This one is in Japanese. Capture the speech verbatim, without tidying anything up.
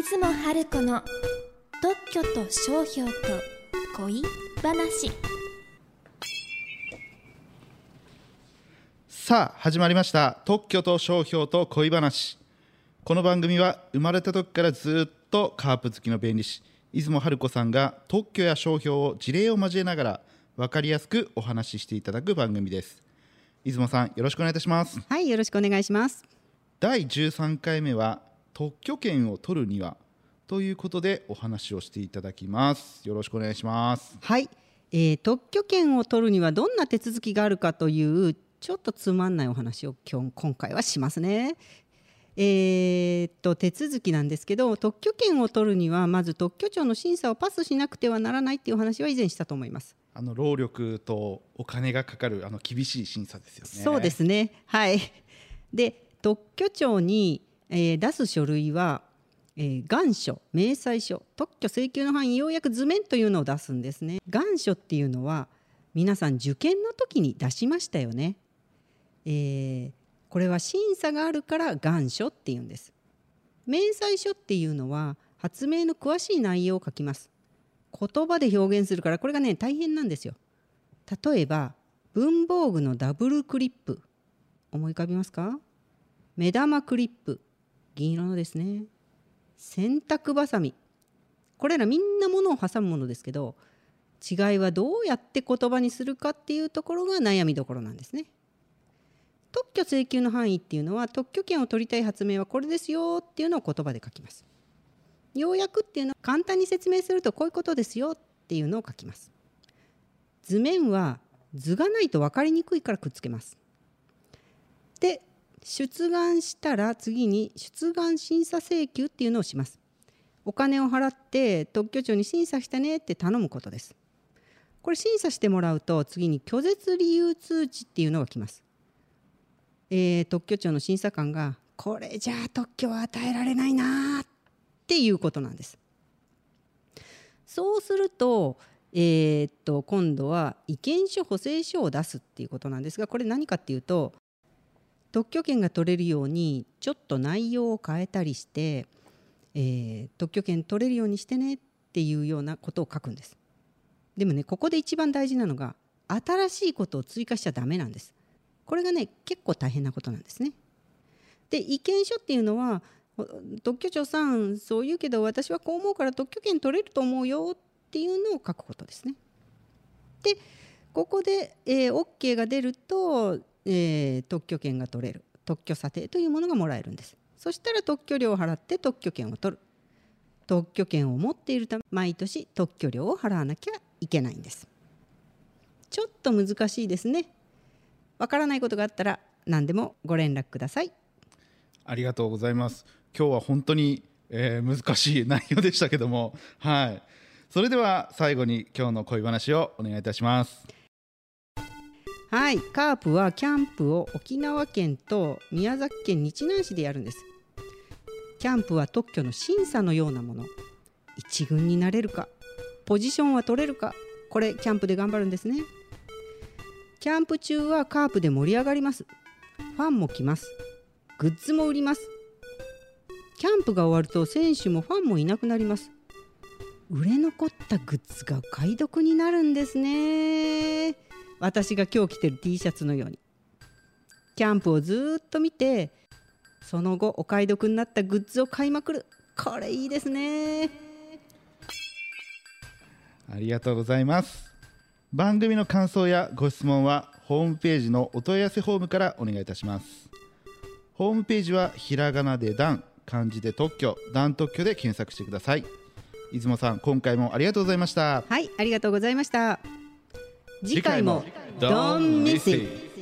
出雲春子の特許と商標と恋話。 さあ始まりました。特許と商標と恋話。この番組は生まれた時からずっとカープ好きの弁理士出雲春子さんが特許や商標を事例を交えながら分かりやすくお話ししていただく番組です。出雲さん、よろしくお願いいたします。 はい、よろしくお願いします。 だいじゅうさんかいめは特許権を取るにはということでお話をしていただきます。よろしくお願いします。 はい、えー、特許権を取るにはどんな手続きがあるかというちょっとつまんないお話を今日今回はしますね。えー、っと手続きなんですけど、特許権を取るにはまず特許庁の審査をパスしなくてはならないっていうお話は以前したと思います。 あの労力とお金がかかるあの厳しい審査ですよね。 そうですね、はい。で特許庁に、えー、出す書類は、えー、願書、明細書、特許請求の範囲要約図面というのを出すんですね。願書っていうのは皆さん受験の時に出しましたよね。えー、これは審査があるから願書っていうんです。明細書っていうのは発明の詳しい内容を書きます。言葉で表現するからこれがね大変なんですよ。例えば文房具のダブルクリップ、思い浮かびますか？目玉クリップ、銀色のですね。洗濯バサミ、これらみんな物を挟むものですけど、違いはどうやって言葉にするかっていうところが悩みどころなんですね。特許請求の範囲っていうのは特許権を取りたい発明はこれですよっていうのを言葉で書きます。要約っていうのは簡単に説明するとこういうことですよっていうのを書きます。図面は図がないと分かりにくいからくっつけます。で出願したら次に出願審査請求っていうのをします。お金を払って特許庁に審査してねって頼むことです。これ審査してもらうと次に拒絶理由通知っていうのが来ます。えー、特許庁の審査官がこれじゃあ特許は与えられないなっていうことなんです。そうすると、えー、っと今度は意見書補正書を出すっていうことなんですが、これ何かっていうと特許権が取れるようにちょっと内容を変えたりして、えー、特許権取れるようにしてねっていうようなことを書くんです。でもね、ここで一番大事なのが新しいことを追加しちゃダメなんです。これがね結構大変なことなんですね。で意見書っていうのは特許庁さんそう言うけど私はこう思うから特許権取れると思うよっていうのを書くことですね。でここで、えー、OK が出るとえー、特許権が取れる特許査定というものがもらえるんです。そしたら特許料を払って特許権を取る。特許権を持っているため毎年特許料を払わなきゃいけないんです。ちょっと難しいですね。わからないことがあったら何でもご連絡ください。 ありがとうございます。今日は本当に、えー、難しい内容でしたけども、はい、それでは最後に今日の恋話をお願いいたします。 はい、カープはキャンプを沖縄県と宮崎県日南市でやるんです。キャンプは特許の審査のようなもの。一軍になれるか、ポジションは取れるか、これキャンプで頑張るんですね。キャンプ中はカープで盛り上がります。ファンも来ます。グッズも売ります。キャンプが終わると選手もファンもいなくなります。売れ残ったグッズがお買い得になるんですね。私が今日着てる T シャツのようにキャンプをずっと見てその後お買い得になったグッズを買いまくる。これいいですね。 ありがとうございます。番組の感想やご質問はホームページのお問い合わせフォームからお願いいたします。ホームページはひらがなで段、漢字で特許、段特許で検索してください。出雲さん、今回もありがとうございました。 はい、ありがとうございました。次回も Don't miss it